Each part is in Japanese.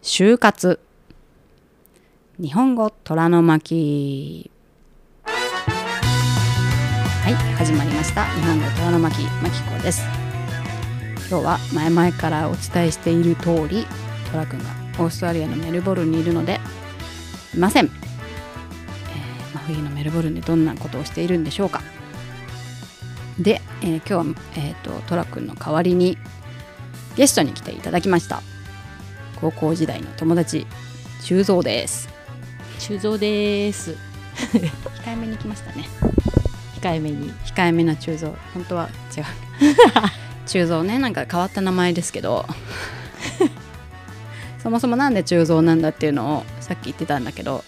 就活日本語虎の巻。はい、始まりました。日本語虎の巻、まきこです。今日は前々からお伝えしている通り、トラくんがオーストラリアのメルボルンにいるのでいません。真冬のメルボルンでどんなことをしているんでしょうか。で、今日は、トラくんの代わりにゲストに来ていただきました。高校時代の友達、修造です。 修造です。 控えめに来ましたね。 控えめな修造。本当は違う。修造ね、なんか変わった名前ですけどそもそもなんで修造なんだっていうのをさっき言ってたんだけど、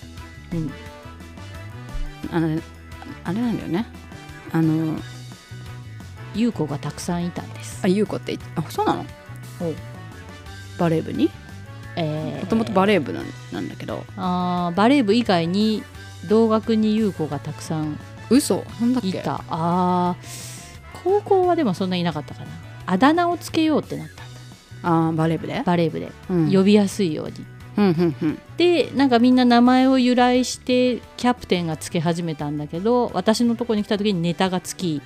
あれなんだよね。 優子がたくさんいたんです。 優子って、そうなの？バレー部に？もともとバレー部なんだけど、 バレー部以外に同学に優子がたくさんなんだっけ？ いた。高校はでもそんなにいなかったかな。あだ名をつけようってなったんだ。 バレー部で、 呼びやすいように、でなんかみんな名前を由来してキャプテンがつけ始めたんだけど、私のとこに来た時にネタがつき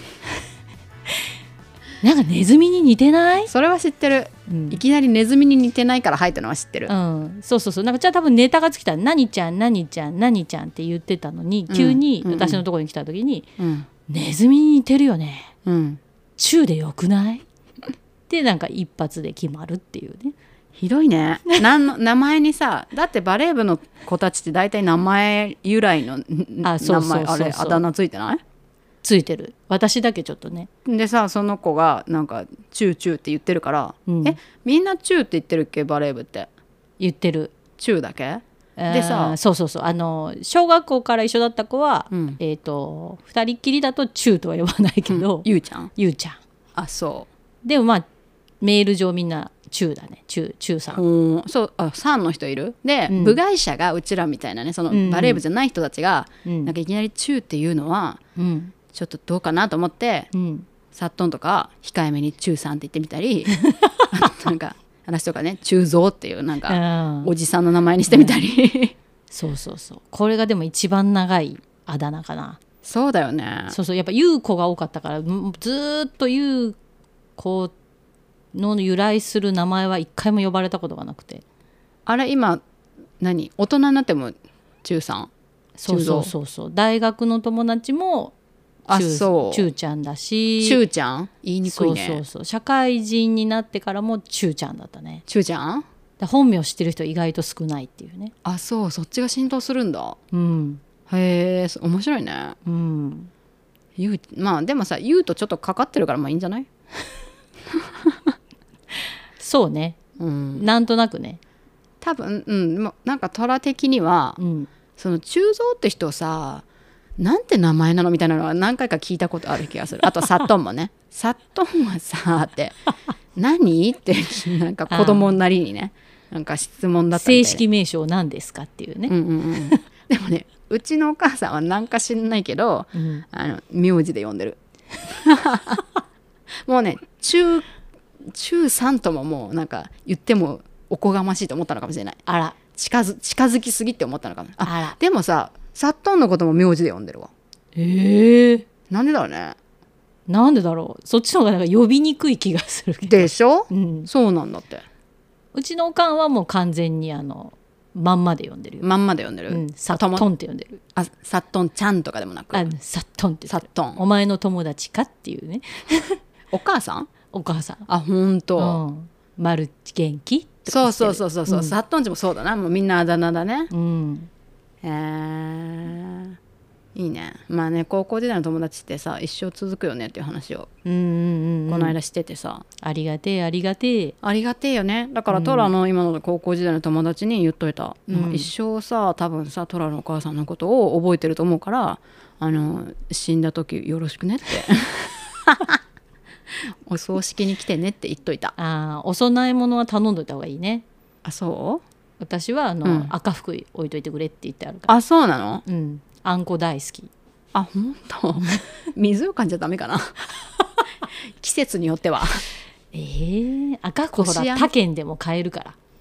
なんかネズミに似てない？ それは知ってる、いきなりネズミに似てないから入ったのは知ってる。 そうなんかじゃあ多分ネタがつきたら何ちゃんって言ってたのに、急に私のところに来た時に、ネズミに似てるよね、チューでよくないでなんか一発で決まるっていうね。 ひどいね。名前にさ、だってバレー部の子たちって大体名前由来の名前、あれあだ名ついてない？ ついてる。私だけちょっとね。 でさ、その子がなんかチューチューって言ってるから、みんなチューって言ってるっけ？バレー部って言ってる。 チューだけでさ、 そう小学校から一緒だった子は、2人っきりだとチューとは呼ばないけど、 ゆうちゃん。 あ、 そうでもまあメール上みんなチューだね。チューさん。 さんの人いる。で、部外者がうちらみたいなね、そのバレー部じゃない人たちが、なんかいきなりチューっていうのは、ちょっとどうかなと思って、サットンとか控えめにチューさんって言ってみたりなんか話とかね、チューゾーっていうなんかおじさんの名前にしてみたりそうこれがでも一番長いあだ名かな。 そうだよね。 やっぱ優子が多かったから、ずっと優子の由来する名前は一回も呼ばれたことがなくて。 あれ今大人になってもチューさん？ そう大学の友達もチューちゃんだし。 チューちゃん言いにくいね。 社会人になってからもチューちゃんだったね。 チューちゃん？ 本名知ってる人意外と少ないっていうね。 そっちが浸透するんだ。へえ、面白いね。まあでもさ、言うとちょっとかかってるからまあいいんじゃない？ そうね、なんとなくね。 多分、なんか虎的には、その中蔵って人さ、なんて名前なのみたいなのは何回か聞いたことある気がする。あとサットンもねサットンはさって何ってなんか子供なりにね、なんか質問だったみたいで、 正式名称何ですかっていうね。 でもね、うちのお母さんはなんか知んないけど、名字で呼んでるもうね、中さんとももうなんか言ってもおこがましいと思ったのかもしれない。近づきすぎって思ったのかな。でもさ、サットンのことも名字で呼んでるわ。なんでだろうね。 なんでだろう。そっちの方がなんか呼びにくい気がするけど。 でしょ、そうなんだって。 うちのおかんはもう完全にまんまで呼んでるよ。サットンって呼んでる。 サットンちゃんとかでもなく、 サットンって言ってる。 サットン、 お前の友達かっていうねお母さん。ほんと、 マルチ元気。 そうサットンちもそうだな。もうみんなあだ名だね。いいね。まあね、高校時代の友達ってさ、一生続くよねっていう話をこの間しててさ、 ありがてえよね。だからトラの今の高校時代の友達に言っといた、一生さ、多分さトラのお母さんのことを覚えてると思うから、死んだ時よろしくねってお葬式に来てねって言っといた。 お供え物は頼んどいた方がいいね。 そう？ 私は赤福置いといてくれって言ってあるから。 そうなの？ あんこ大好き。 ほんと水を感じゃダメかな季節によっては。 赤福ほら他県でも買えるから。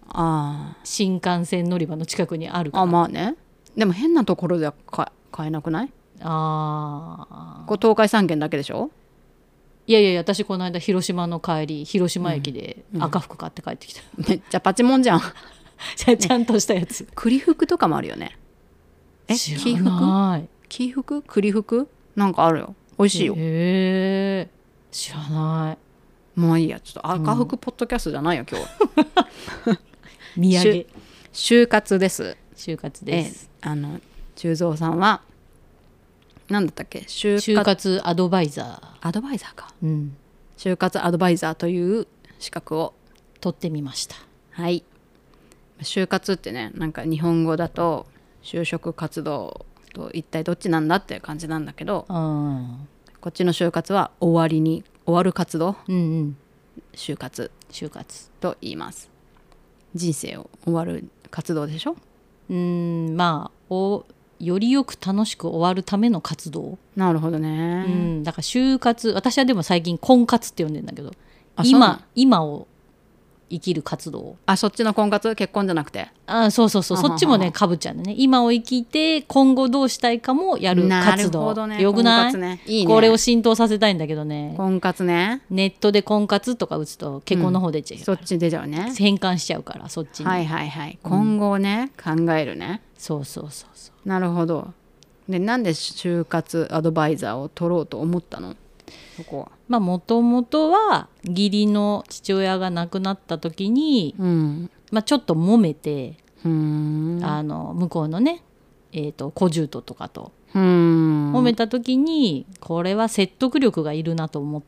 新幹線乗り場の近くにあるから。 まあね。でも変なところでは買えなくない？こう東海3県だけでしょ？ いやいや私この間広島の帰り広島駅で赤服買って帰ってきた、 めっちゃパチモンじゃん。 ちゃんとしたやつ。 栗服とかもあるよね。 知らない。 木服栗服なんかあるよ。美味しいよ。 へえ、知らない。 もういいや、ちょっと赤服ポッドキャストじゃないよ今日。 土産。 就活です。 就活です。 中蔵さんは何だったっけ？ 就活アドバイザーか、就活アドバイザーという資格を取ってみました。 はい。就活ってね、なんか日本語だと就職活動と一体どっちなんだっていう感じなんだけど、こっちの就活は終わる活動、就活と言います。人生を終わる活動でしょ。 まあよりよく楽しく終わるための活動。 なるほどね。 だから就活、私はでも最近婚活って呼んでんだけど、今を生きる活動。 そっちの婚活、結婚じゃなくて。 そうそっちもねかぶっちゃうんだね。今を生きて今後どうしたいかもやる活動。なるほどね。よくない？ね、いいね。これを浸透させたいんだけどね。 婚活ね。 ネットで婚活とか打つと結婚の方出ちゃう、 そっち出ちゃうね。 変換しちゃうからそっちに。 今後をね、考えるね。 そうなるほど。で、なんで就活アドバイザーを取ろうと思ったの？そこはもともとは義理の父親が亡くなった時に、ちょっと揉めて、向こうのね、小姑とかと揉めた時に、これは説得力がいるなと思って、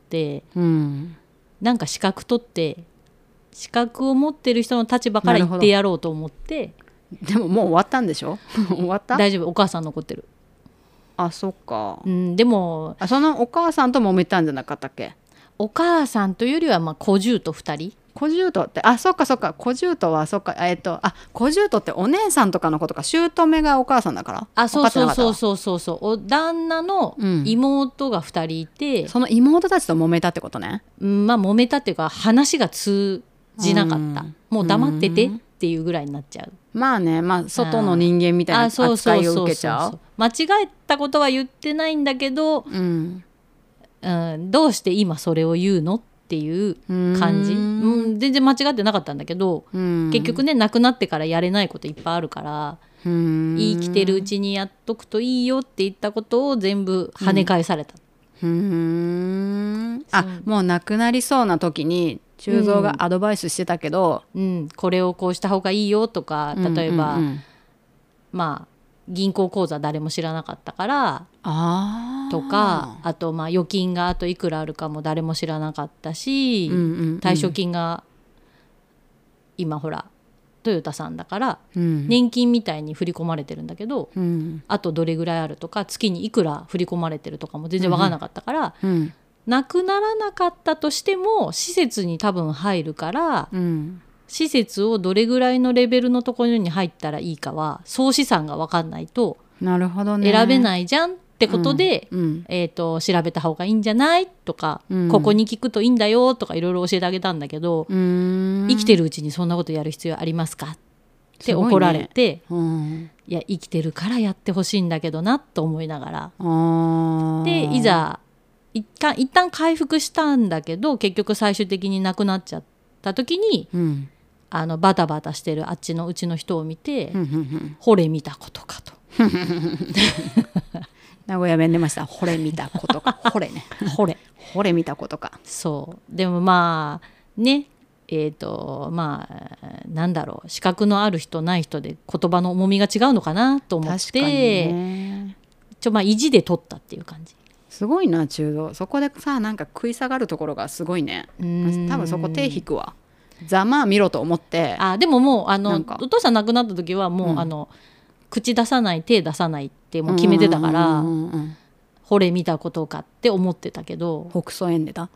なんか資格取って資格を持ってる人の立場から言ってやろうと思って。 でももう終わったんでしょ？終わった？ 大丈夫、お母さん残ってる。 そっか。 でもそのお母さんと揉めたんじゃなかったっけ？ お母さんというよりは小姑2人。 小姑ってそっか小姑はそっか小姑ってお姉さんとかのことか。姑がお母さんだから。 そうお旦那の妹が2人いて、 その妹たちと揉めたってことね。 揉めたっていうか話が通じなかった。もう黙っててっていうぐらいになっちゃう。 外の人間みたいな扱いを受けちゃう。 間違えたことは言ってないんだけど、どうして今それを言うのっていう感じ。全然間違ってなかったんだけど、結局ね亡くなってからやれないこといっぱいあるから、生きてるうちにやっとくといいよって言ったことを全部跳ね返された。 もう亡くなりそうな時に中蔵がアドバイスしてたけど、 これをこうした方がいいよとか、例えば、銀行口座誰も知らなかったからとか、あと預金があといくらあるかも誰も知らなかったし、退職金が今ほらトヨタさんだから、年金みたいに振り込まれてるんだけど、あとどれぐらいあるとか月にいくら振り込まれてるとかも全然分からなかったから、なくならなかったとしても施設に多分入るから、施設をどれぐらいのレベルのところに入ったらいいかは総資産が分かんないと選べないじゃんってことで、調べた方がいいんじゃないとか、ここに聞くといいんだよとかいろいろ教えてあげたんだけど、生きてるうちにそんなことやる必要ありますかって怒られて、いや生きてるからやってほしいんだけどなと思いながら、でいざ一旦回復したんだけど結局最終的に亡くなっちゃった時に、バタバタしてるあっちのうちの人を見て、ほれ見たことかと名古屋弁出ました。ほれ見たことか。ほれね。ほれ見たことか。 そうでもね、なんだろう、資格のある人ない人で言葉の重みが違うのかなと思って、確かにね、意地で取ったっていう感じ。 すごいな中道。そこでさ、なんか食い下がるところがすごいね。多分そこ手引くわ。ざまあ見ろと思って。 でももうお父さん亡くなった時はもう、口出さない手出さないってもう決めてたから、ほれ見たことかって思ってたけど、 北総園でた、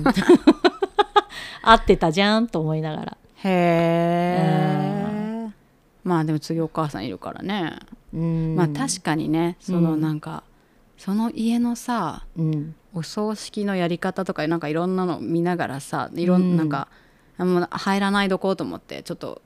合ってたじゃんと思いながら。 へえ。でも次お母さんいるからね。確かにね、なんかその家のさ、お葬式のやり方とかいろんなの見ながらさ、なんか入らないどこうと思ってちょっと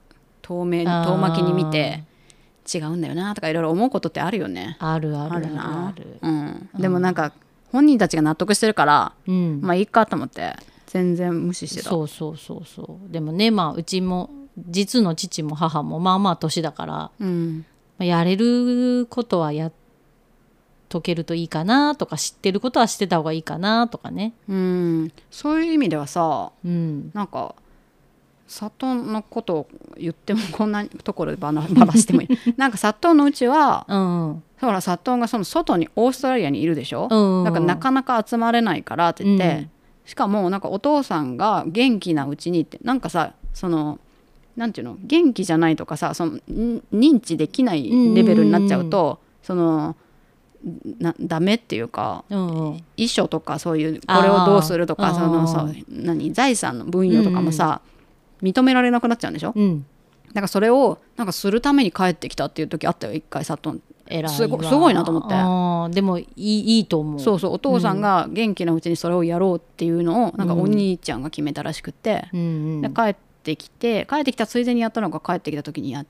遠巻きに見て違うんだよなとかいろいろ思うことってあるよね。 あるあるあるな。 ある、 でもなんか本人たちが納得してるから、 うんまあいいかと思って全然無視してた。 そうでもね、まあうちも実の父も母もまあまあ年だから、やれることはやっとけるといいかなとか、知ってることは知ってた方がいいかなとかね。 そういう意味ではさ、 なんか里のことを言ってもこんなところでバラしてもいいなんか里のうちは、ほら里がその外にオーストラリアにいるでしょ、だからなかなか集まれないからって言って、しかもなんかお父さんが元気なうちにってなんかさ、そのなんていうの、元気じゃないとかさ、その認知できないレベルになっちゃうと、そのダメっていうか、遺書とかそういうこれをどうするとか、そのさ財産の分与とかもさ、認められなくなっちゃうんでしょ、だからそれをなんかするために帰ってきたっていう時あったよ一回。里すごいなと思って。 でもいいと思う。 そうお父さんが元気なうちにそれをやろうっていうのをなんかお兄ちゃんが決めたらしくて、で帰ってきたついでにやったのが帰ってきた時にやって、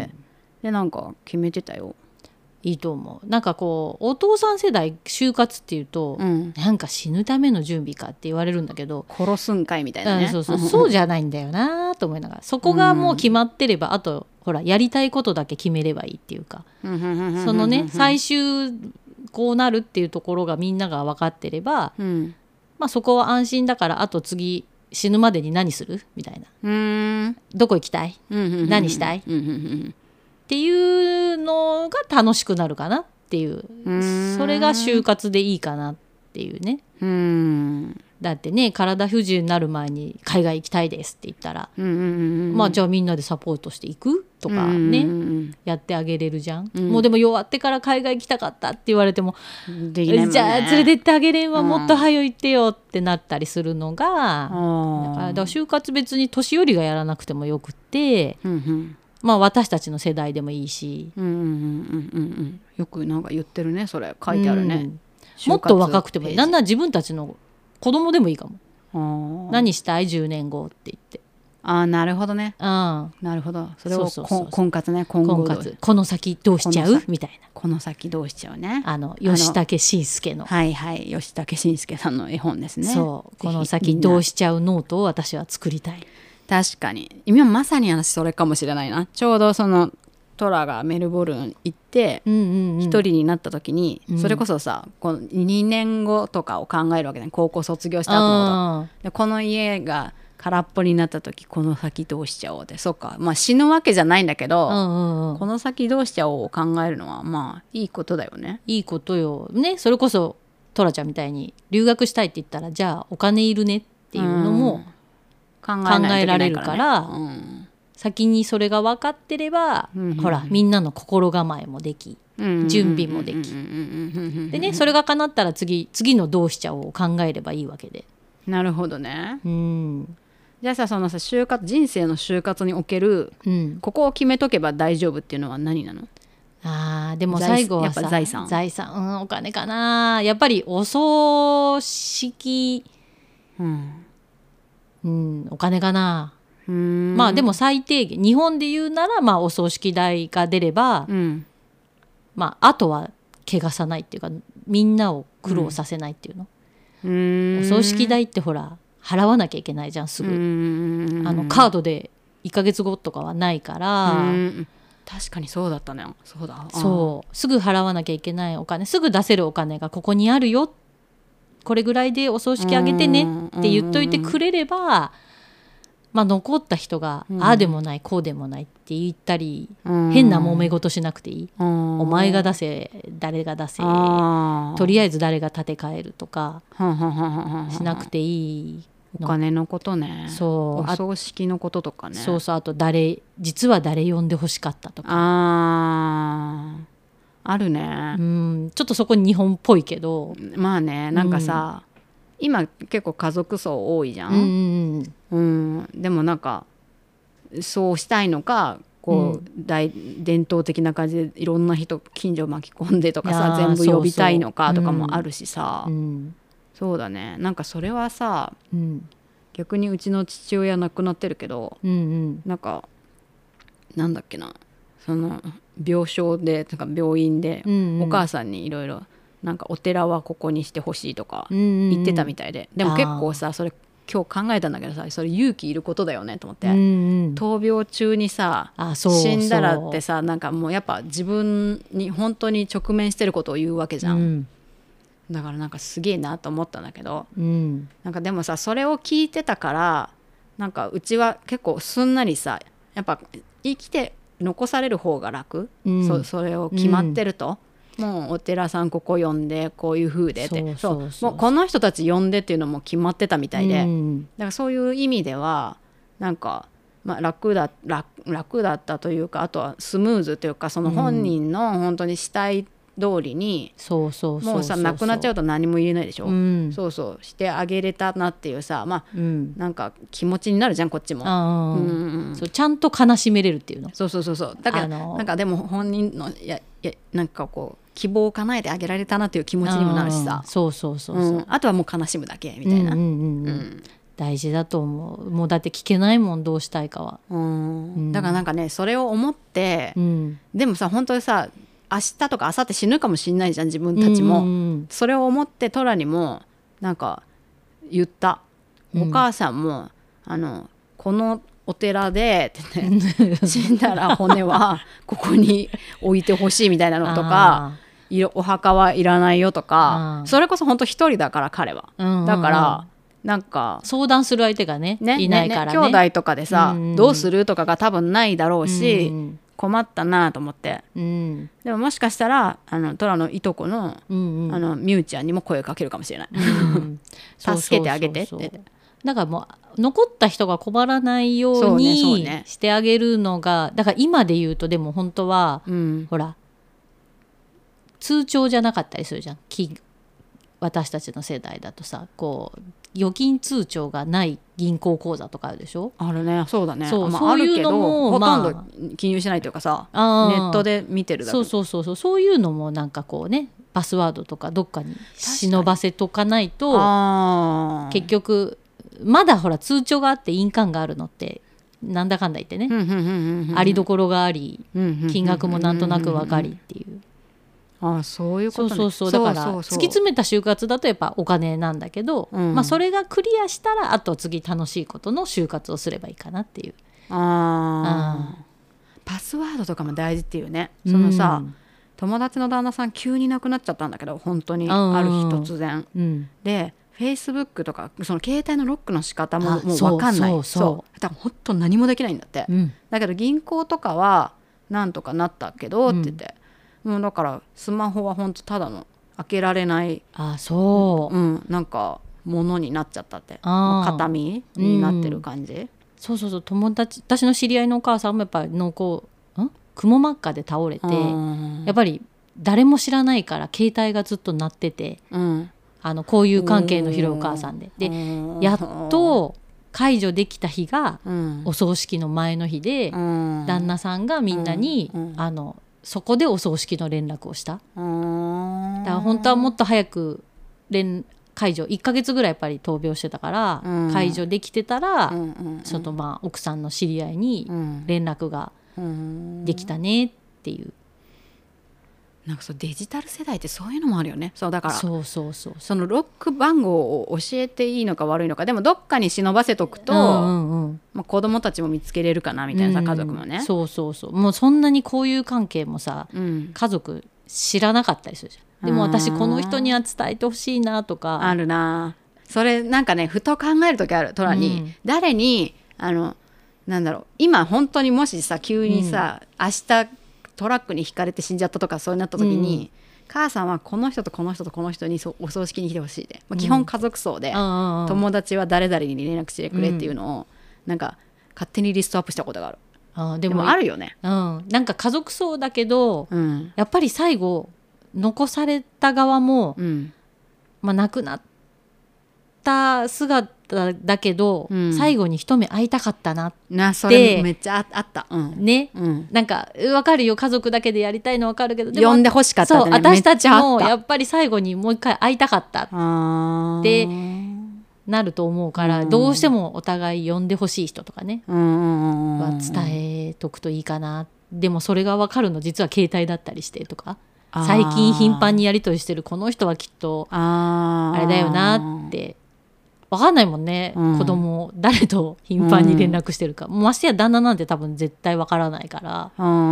でなんか決めてたよ。 いいと思う。なんかこうお父さん世代就活っていうと、なんか死ぬための準備かって言われるんだけど、 殺すんかいみたいなね、 そうじゃないんだよなと思いながら、そこがもう決まってれば、あとほらやりたいことだけ決めればいいっていうか、そのね最終こうなるっていうところがみんなが分かってれば、まあそこは安心だから、あと次死ぬまでに何するみたいな、どこ行きたい、何したいっていうのが楽しくなるかなっていう、それが就活でいいかなっていうね。だってね、体不自由になる前に海外行きたいですって言ったら、まあじゃあみんなでサポートしていくとかね、やってあげれるじゃん、もうでも弱ってから海外行きたかったって言われても、 できないもんね、 じゃあ連れてってあげれんわ、もっと早いってよってなったりするのが、だから就活別に年寄りがやらなくてもよくって、まあ私たちの世代でもいいし、 よくなんか言ってるね、それ書いてあるね、 もっと若くてもいい、なんなら自分たちの子供でもいいかも。何したい10年後って言って、 なるほどね、なるほど、それを婚活ね、 婚活、この先どうしちゃうみたいな、 この先どうしちゃうね、 吉武慎介の吉武慎介さんの絵本ですね。 そうこの先どうしちゃうノートを私は作りたい。 確かに今まさに私それかもしれないな。ちょうどそのトラがメルボルン行って一人になった時に、それこそさこの2年後とかを考えるわけね、高校卒業した後のことで、この家が空っぽになった時この先どうしちゃおうって、そうか、まあ死ぬわけじゃないんだけど、この先どうしちゃおうを考えるのはまあいいことだよね。 いいことよね。それこそトラちゃんみたいに留学したいって言ったら、じゃあお金いるねっていうのも考えられるから、先にそれが分かってれば、ほらみんなの心構えもでき、準備もでき、でね、それが叶ったら次のどうしちゃおうを考えればいいわけで。 なるほどね。じゃあさ、そのさ人生の就活における、ここを決めとけば大丈夫っていうのは何なの？ でも最後はさ、 やっぱ財産、お金かな。やっぱりお葬式、お金かな。まあでも最低限日本で言うなら、まあお葬式代が出れば、まああとは汚さないっていうか、みんなを苦労させないっていうの、お葬式代ってほら払わなきゃいけないじゃん、すぐ。カードで1ヶ月後とかはないから。 確かにそうだったね。 そうすぐ払わなきゃいけないお金、すぐ出せるお金がここにあるよ、これぐらいでお葬式あげてねって言っといてくれれば、まあ、残った人が、ああでもないこうでもないって言ったり、変な揉め事しなくていい、お前が出せ誰が出せ、とりあえず誰が立て替えるとかしなくていいお金のことね。 そう、 お葬式のこととかね。 そうあと実は誰呼んでほしかったとか、 あるね。 ちょっとそこに日本っぽいけど、 まあね、なんかさ、今結構家族層多いじゃん、でもなんかそうしたいのか、こう、伝統的な感じでいろんな人近所巻き込んでとかさ、全部呼びたいのかとかもあるしさ、そうだね。なんかそれはさ、逆にうちの父親亡くなってるけど、なんかなんだっけな、その病床でなんか病院でお母さんにいろいろなんかお寺はここにしてほしいとか言ってたみたいで、でも結構さそれ今日考えたんだけどさ、それ勇気いることだよねと思って、闘病中にさ死んだらってさ、なんかもうやっぱ自分に本当に直面してることを言うわけじゃん、だからなんかすげえなと思ったんだけど、なんかでもさそれを聞いてたからなんかうちは結構すんなりさ、やっぱ生きて残される方が楽、それを決まってると、もうお寺さんここ呼んでこういう風でってもうこの人たち呼んでっていうのも決まってたみたいで、だからそういう意味ではなんか、楽だったというか、あとはスムーズというか、その本人の本当にしたい通りに、もうさ亡くなっちゃうと何も言えないでしょ、そうそうしてあげれたなっていうさ、なんか気持ちになるじゃんこっちも、 そうちゃんと悲しめれるっていうの、 そうだからなんかでも本人のなんかこう希望を叶えてあげられたなっていう気持ちにもなるしさ、あとはもう悲しむだけみたいな、 大事だと思う。もうだって聞けないもん、どうしたいかは、 だからなんかねそれを思って、でもさ本当にさ明日とか明後日死ぬかもしんないじゃん自分たちも、それを思ってトラにもなんか言った、お母さんもこのお寺でって、ね、死んだら骨はここに置いてほしいみたいなのとかお墓はいらないよとか、それこそ本当一人だから彼は、だからなんか相談する相手がねいないからね、 兄弟とかでさ、どうするとかが多分ないだろうし、困ったなと思って、でももしかしたらトラのいとこの、ミュウちゃんにも声をかけるかもしれない、助けてあげてって。 だからもう残った人が困らないようにしてあげるのが、だから今で言うとでも本当は、ほら通帳じゃなかったりするじゃん、私たちの世代だとさ、こう預金通帳がない銀行口座とかあるでしょ。 あるね、そうだね、 そういうのもほとんど記入しないというかさ、ネットで見てるだけ。 そういうのもなんかこうね、パスワードとかどっかに忍ばせとかないと、結局まだほら通帳があって印鑑があるのってなんだかんだ言ってね、ありどころがあり、金額もなんとなく分かりっていう。 そういうことね。 だから突き詰めた就活だとやっぱお金なんだけど、それがクリアしたらあと次楽しいことの就活をすればいいかなっていう。 パスワードとかも大事っていうね。そのさ、友達の旦那さん急に亡くなっちゃったんだけど、本当にある日突然、でFacebook とかその携帯のロックの仕方もう分かんない。そうだから本当何もできないんだって、だけど銀行とかはなんとかなったけどって言って、もうだからスマホは本当ただの開けられない、なんかものになっちゃったって、形見になってる感じ、 友達、私の知り合いのお母さんもやっぱりくも膜下で倒れて、やっぱり誰も知らないから携帯がずっと鳴ってて、こういう関係の広いお母さんで、やっと解除できた日がお葬式の前の日で、旦那さんがみんなに、そこでお葬式の連絡をした。だから本当はもっと早く解除1ヶ月ぐらいやっぱり闘病してたから、解除できてたら、ちょっと奥さんの知り合いに連絡ができたねっていう。 なんかデジタル世代ってそういうのもあるよね。そうだからそのロック番号を教えていいのか悪いのか、でもどっかに忍ばせとくと、子供たちも見つけれるかなみたいなさ、家族もね。 もうそんなにこういう関係もさ、家族知らなかったりするじゃん。でも私この人には伝えてほしいなとかあるな。それなんかねふと考える時ある、トラに、誰になんだろう、今本当にもしさ急にさ、明日トラックにひかれて死んじゃったとかそうなった時に、母さんはこの人とこの人とこの人にお葬式に来てほしいで、基本家族葬で、友達は誰々に連絡してくれっていうのを、なんか勝手にリストアップしたことがある。でもあるよね、 なんか家族葬だけど、やっぱり最後残された側も、亡くなった姿だけど、最後に一目会いたかったなって、 それめっちゃあった、 ね、なんか分かるよ、家族だけでやりたいの分かるけど、 呼んでほしかったって、 私たちもやっぱり最後にもう一回会いたかったってなると思うから、どうしてもお互い呼んでほしい人とかね、は伝えとくといいかな。でもそれが分かるの実は携帯だったりしてとか、最近頻繁にやり取りしてるこの人はきっとあれだよなって分かんないもんね、子供誰と頻繁に連絡してるか、ましてや旦那なんて多分絶対分からないから。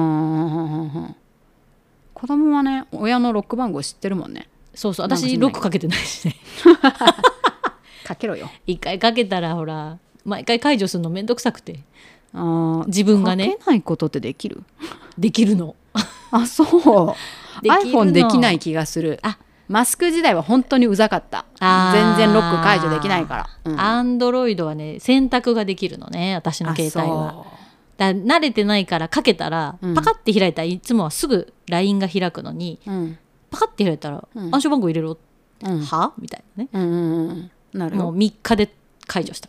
子供はね親のロック番号知ってるもんね。 そうそう、私ロックかけてないしねかけろよ。 一回かけたらほら毎回解除するのめんどくさくて、自分がねかけないことってできるできるのあ、そうiPhone できない気がする。マスク時代は本当にうざかった。全然ロック解除できないから。 アンドロイドはね選択ができるのね、私の携帯は。だ慣れてないからかけたら、パカッて開いたらいつもはすぐ LINE が開くのに、パカッて開いたら、暗証番号入れろ、はみたいなね、なるほど。もう3日で解除した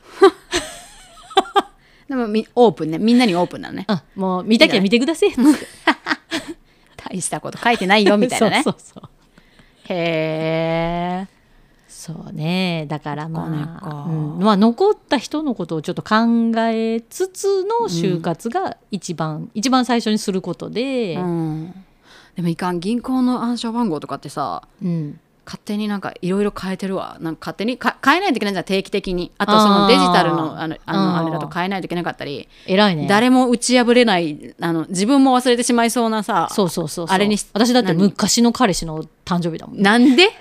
でもオープンね、みんなにオープンなのね。 もう見たきゃ見てください大したこと書いてないよみたいなねそうへえ。 そうね、だからまあ残った人のことをちょっと考えつつの就活が一番最初にすることで、 でもいかん、銀行の暗証番号とかってさ、勝手になんかいろいろ変えてるわ。なんか勝手に変えないといけないじゃん、定期的に。あとそのデジタルのあれだと変えないといけなかったり、 偉いね。 誰も打ち破れない自分も忘れてしまいそうなさ、 そうあれに私だって昔の彼氏の誕生日だもん。 なんで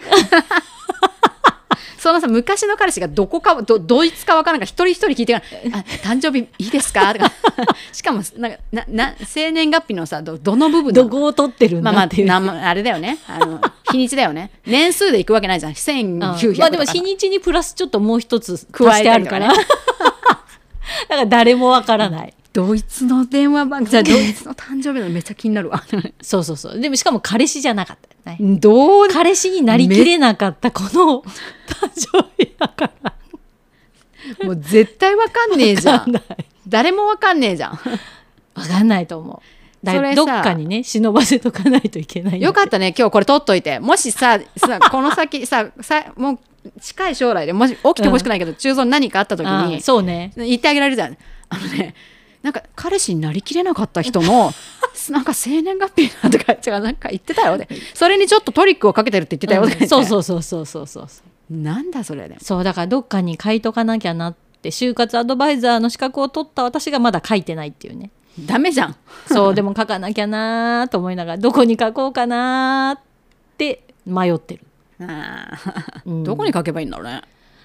そのさ、昔の彼氏がどこかドイツか分からんから一人一人聞いてから誕生日いいですかとかしかも生年月日のさ、どの部分どこを取ってるんだっていう、 あれだよね、日にちだよね。年数でいくわけないじゃん、1900とか。 でも日にちにプラスちょっともう一つ足してあるからだから誰も分からない。 ドイツの電話番号じゃドイツの誕生日のめっちゃ気になるわそうでもしかも彼氏じゃなかったよね。彼氏になりきれなかったこの誕生日だからもう絶対わかんねえじゃん。誰もわかんねえじゃん。 わかんないと思う。どっかにね忍ばせとかないといけない。 よかったね、今日これ取っといて。もしさこの先さもう近い将来でもし起きてほしくないけど、中蔵に何かあった時にそうね言ってあげられるじゃん。なんか彼氏になりきれなかった人のなんか生年月日とかなんか言ってたよね。それにちょっとトリックをかけてるって言ってたよね。 そうなんだそれね。 そうだからどっかに書いとかなきゃなって、就活アドバイザーの資格を取った私がまだ書いてないっていうね。 ダメじゃんそうでも書かなきゃなと思いながらどこに書こうかなって迷ってる。 どこに書けばいいんだろうね。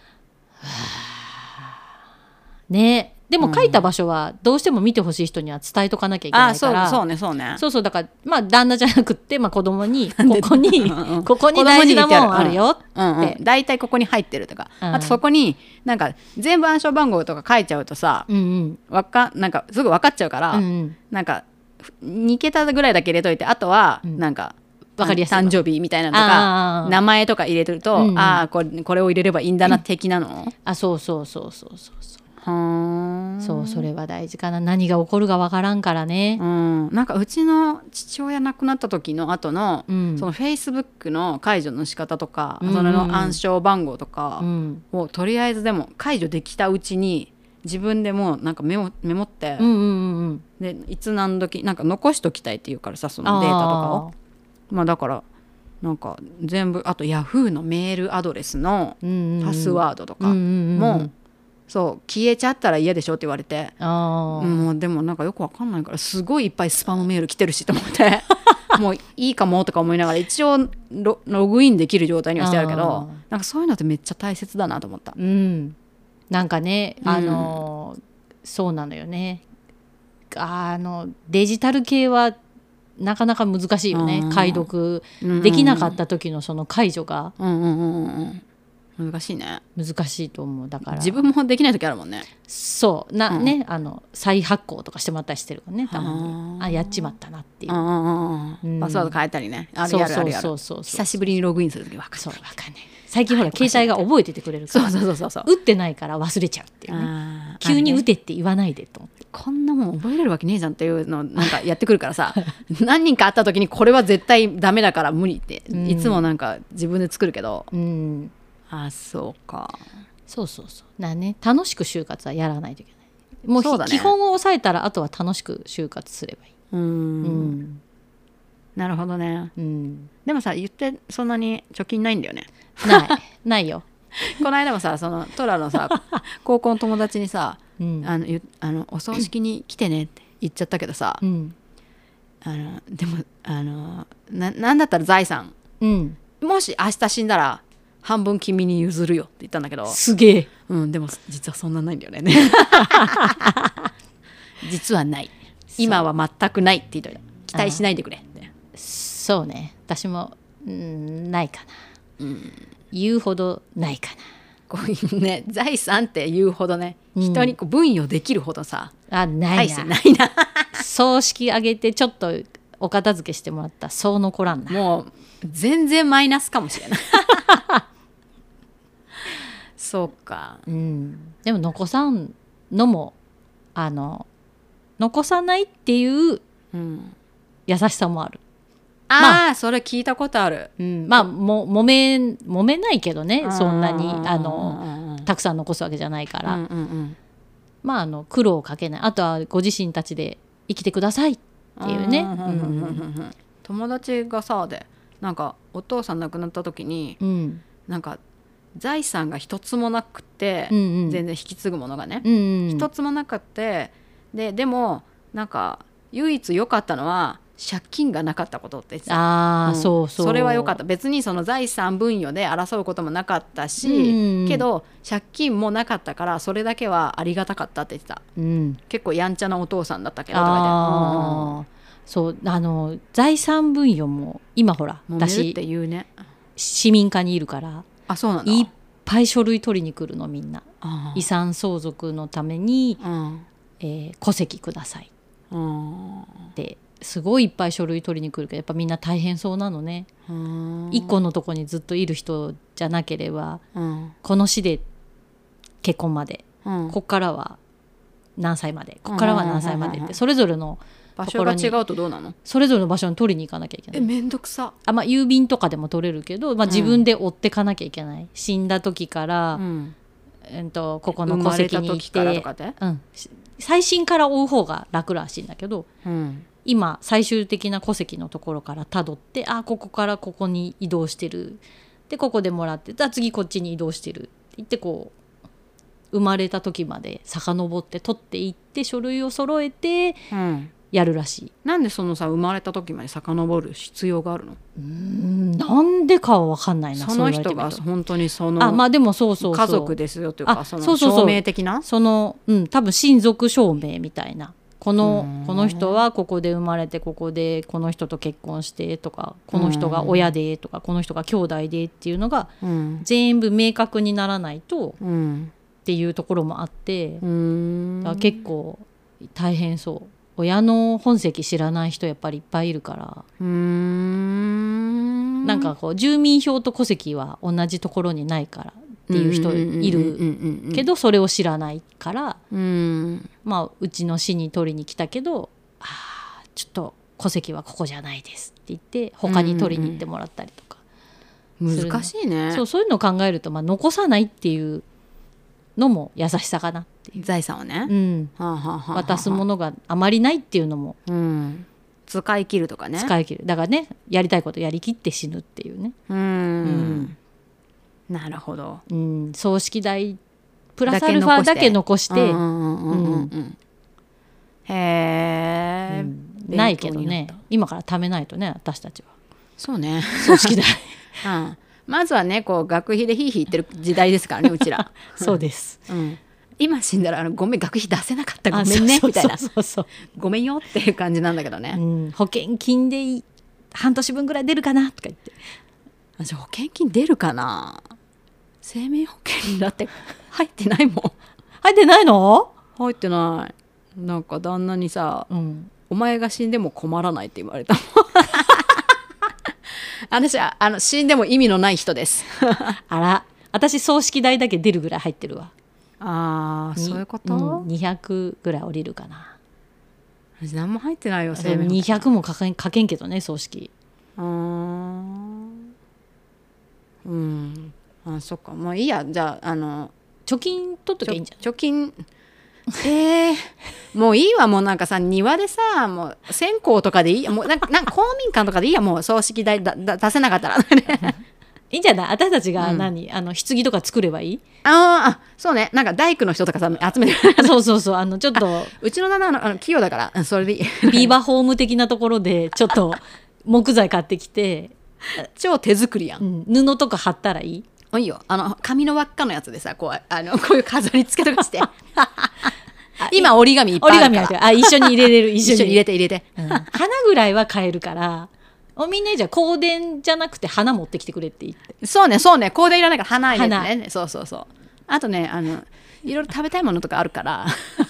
ね、でも書いた場所はどうしても見てほしい人には伝えとかなきゃいけないから。 そうねそうだからまあ旦那じゃなくって、子供にここに大事なもんあるよってだいたいここに入ってるとか、あとそこになんか全部暗証番号とか書いちゃうとさ、なんかすぐ分かっちゃうから、なんか2桁ぐらいだけ入れといて、あとはなんか分かりやすい誕生日みたいなのとか名前とか入れてると、これを入れればいいんだな的なの。 そうそれは大事かな。何が起こるかわからんからね。 なんかうちの父親亡くなった時の後の、そのフェイスブックの解除の仕方とか、それの暗証番号とかをとりあえずでも解除できたうちに自分でもうなんかメモって、でいつ何時なんか残しときたいっていうからさ、そのデータとかを。だからなんか全部、あとヤフーのメールアドレスのパスワードとかもそう消えちゃったら嫌でしょって言われて、もうでもなんかよくわかんないからすごいいっぱいスパムメール来てるしと思ってもういいかもとか思いながら一応ログインできる状態にはしてあるけど、なんかそういうのってめっちゃ大切だなと思った。 なんかねそうなのよね。デジタル系はなかなか難しいよね。解読できなかった時のその解除が難しいね。 難しいと思う。だから自分もできない時あるもんね。 そうね、再発行とかしてもらったりしてるからね、たまにやっちまったなっていう、パスワード変えたりね。ある久しぶりにログインする時分かる。 そう分かんない。最近ほら携帯が覚えててくれるから、打ってないから忘れちゃうっていうね。急に打てって言わないでと思って、 こんなもん覚えれるわけねえじゃんっていうのなんかやってくるからさ何人かあった時にこれは絶対ダメだから無理っていつもなんか自分で作るけど、そうか。 そうそうそうだね、楽しく就活はやらないといけない。もうそうだね基本を抑えたらあとは楽しく就活すればいい。 うんなるほどね。でもさ言ってそんなに貯金ないんだよね。 ないよ。 この間もさそのトラのさ高校の友達にさ、お葬式に来てねって言っちゃったけどさ、でもなんだったら財産、もし明日死んだら半分君に譲るよって言ったんだけど、 すげえ。 でも実はそんなないんだよね実はない、今は全くないって言っといた。期待しないでくれって。 そうね、私もないかな、言うほどないかな。 こういうね財産って言うほどね、人にこう分与できるほどさ、 ないな、 ないな葬式あげてちょっとお片付けしてもらったらそう残らんな。 もう全然マイナスかもしれないそうか、 でも残さんのも残さないっていう優しさもある。 それ聞いたことある。 まあ揉めないけどね、そんなにたくさん残すわけじゃないから、まあ苦労をかけない、あとはご自身たちで生きてくださいっていうね。 友達がさでなんかお父さん亡くなった時に、なんか財産が一つもなくて、全然引き継ぐものがね、一つもなくってでもなんか唯一良かったのは借金がなかったことって言ってた。それは良かった。別にその財産分与で争うこともなかったし、けど借金もなかったからそれだけはありがたかったって言ってた。結構やんちゃなお父さんだったけどとかで、 そう財産分与も今ほら私って言うね、 市民課にいるから、 そうなんだ、 いっぱい書類取りに来るのみんな。遺産相続のために、戸籍くださいってすごいいっぱい書類取りに来るけど、やっぱみんな大変そうなのね。一個のとこにずっといる人じゃなければ、この市で結婚まで、こっからは何歳まで、こっからは何歳までって、それぞれの場所が違うとどうなの？ それぞれの場所に取りに行かなきゃいけない。 めんどくさ。 郵便とかでも取れるけど、自分で追ってかなきゃいけない。死んだ時から、ここの戸籍に行って、最新から追う方が楽らしいんだけど、今最終的な戸籍のところからたどって、ここからここに移動してる、でここでもらって、次こっちに移動してるって言って、こう生まれた時まで遡って取っていって書類を揃えてやるらしい。 なんでそのさ生まれた時まで遡る必要があるの？ なんでかは分かんないな。 その人が本当にそのでもそう家族ですよというか、その証明的な多分親族証明みたいな、この人はここで生まれてここでこの人と結婚してとか、この人が親でとか、この人が兄弟でっていうのが全部明確にならないとっていうところもあって、だから結構大変そう。親の本籍知らない人やっぱりいっぱいいるから、なんかこう住民票と戸籍は同じところにないからっていう人いるけど、それを知らないから、うちの市に取りに来たけど、ちょっと戸籍はここじゃないですって言って他に取りに行ってもらったりとか、 難しいね。 そういうのを考えると、残さないっていうのも優しさかなっていう。 財産をね、 渡すものがあまりないっていうのも、 使い切るとかね。 使い切る。だからね、やりたいことやりきって死ぬっていうね。 なるほど。 葬式代プラスアルファだけ残して、ないけどね、今から貯めないとね、私たちは。 そうね、 葬式代まずはね、こう学費でヒーヒー言ってる時代ですからね、うちら。 そうです、 今死んだらごめん学費出せなかった、ごめんねみたいな、 そうごめんよっていう感じなんだけどね、 保険金で半年分ぐらい出るかなとか言って、 じゃあ保険金出るかな。生命保険だって入ってないもん。 入ってないの？ 入ってない。なんか旦那にさ、お前が死んでも困らないって言われたもん。私は死んでも意味のない人です。 あら、私葬式代だけ出るぐらい入ってるわ。 そういうこと、 200ぐらい降りるかな。 私何も入ってないよ。生命保険 200もかけんけどね、葬式。 そっか、もういいや。じゃあ貯金取っときゃいいんじゃん。 貯金もういいわ。もうなんかさ、庭でさ、もう線香とかでいいや。もうなんか公民館とかでいいや。もう葬式代出せなかったらいいんじゃない？私たちが棺とか作ればいい？ そうね。なんか大工の人とかさ集めてそうちょっとうちの旦那器用だからそれでいい。 ビーバーホーム的なところでちょっと木材買ってきて超手作りやん、 布とか貼ったらいい？ いいよ。紙の輪っかのやつでさ、こういう飾り付けとかして今折り紙いっぱいあるから。 一緒に入れれる。 一緒に入れて、 花ぐらいは買えるからみんなじゃあ香典じゃなくて花持ってきてくれって言って。 そうね香典いらないから花入れてね。そうあとねいろいろ食べたいものとかあるから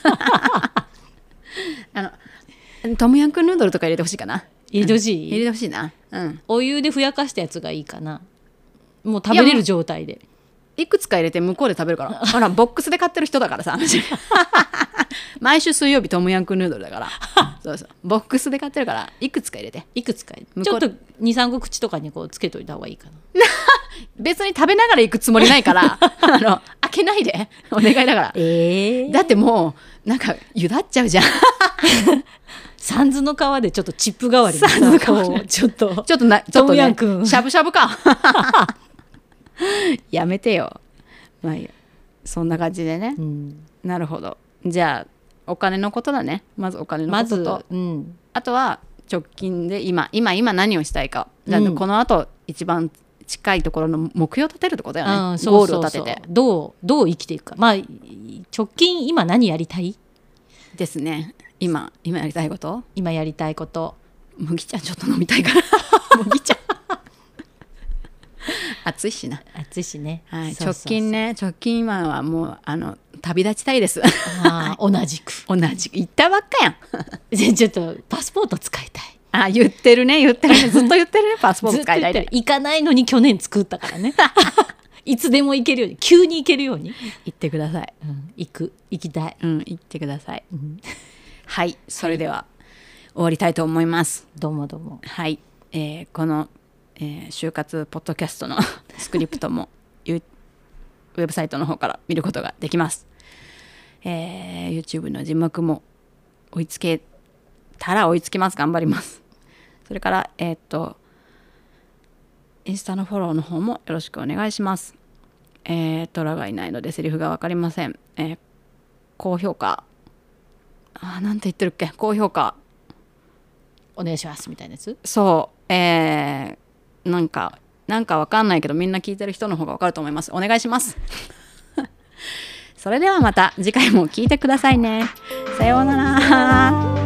トムヤンクンヌードルとか入れてほしいかな。 入れてほしい？ 入れてほしいな。 お湯でふやかしたやつがいいかな。もう食べれる状態でいくつか入れて向こうで食べるからほらボックスで買ってる人だからさ毎週水曜日トムヤンクンヌードルだからそうボックスで買ってるからいくつか入れてちょっと 2,3 個口とかにこうつけといた方がいいかな別に食べながら行くつもりないから開けないでお願いだから、だってもうなんかゆだっちゃうじゃんサンズの皮でちょっとチップ代わりにちょっとトムヤン君しゃぶしゃぶかやめてよ。まあいいや、そんな感じでね、なるほど。じゃあお金のことだね。まずお金のことと、あとは直近で今何をしたいか、だってこの後一番近いところの目標を立てるってことだよね。ゴールを立ててどう生きていくか。まあ直近今何やりたいですね。今やりたいこと、 麦茶ちょっと飲みたいから麦茶暑いしね、はい、直近今はもう旅立ちたいです同じく行ったばっかやんちょっとパスポート使いたい。 言ってるねずっと言ってるねパスポート使いたい。 行かないのに去年作ったからねいつでも行けるように、急に行けるように行ってください。 行きたい。 行ってください。はい、それでは終わりたいと思います。 どうも。 はい、この、就活ポッドキャストのスクリプトもウェブサイトの方から見ることができます。YouTube の字幕も追いつけたら追いつきます。頑張ります。それからインスタのフォローの方もよろしくお願いします。トラがいないのでセリフが分かりません。高評価、なんて言ってるっけ、高評価お願いしますみたいなやつ。 そう、なんか分かんないけどみんな聞いてる人の方が分かると思います。お願いしますそれではまた次回も聞いてくださいね。さようなら。